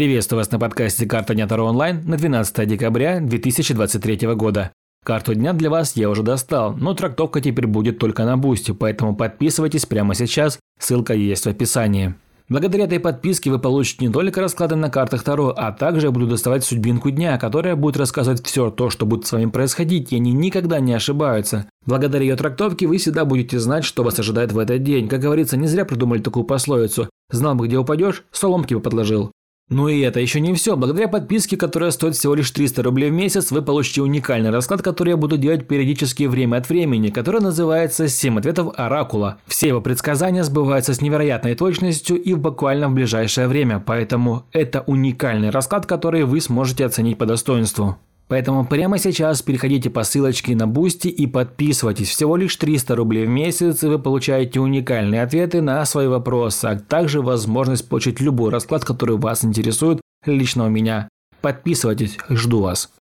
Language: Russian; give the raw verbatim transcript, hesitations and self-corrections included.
Приветствую вас на подкасте «Карта дня Таро онлайн» на двенадцатое декабря две тысячи двадцать третьего года. Карту дня для вас я уже достал, но трактовка теперь будет только на Бусти, поэтому подписывайтесь прямо сейчас, ссылка есть в описании. Благодаря этой подписке вы получите не только расклады на картах Таро, а также я буду доставать судьбинку дня, которая будет рассказывать все то, что будет с вами происходить, и они никогда не ошибаются. Благодаря ее трактовке вы всегда будете знать, что вас ожидает в этот день. Как говорится, не зря придумали такую пословицу: «Знал бы, где упадешь, соломки бы подложил». Ну и это еще не все. Благодаря подписке, которая стоит всего лишь триста рублей в месяц, вы получите уникальный расклад, который я буду делать периодически время от времени, который называется «семь ответов Оракула». Все его предсказания сбываются с невероятной точностью и буквально в ближайшее время, поэтому это уникальный расклад, который вы сможете оценить по достоинству. Поэтому прямо сейчас переходите по ссылочке на Бусти и подписывайтесь. Всего лишь триста рублей в месяц, и вы получаете уникальные ответы на свои вопросы, а также возможность получить любой расклад, который вас интересует, лично у меня. Подписывайтесь, жду вас.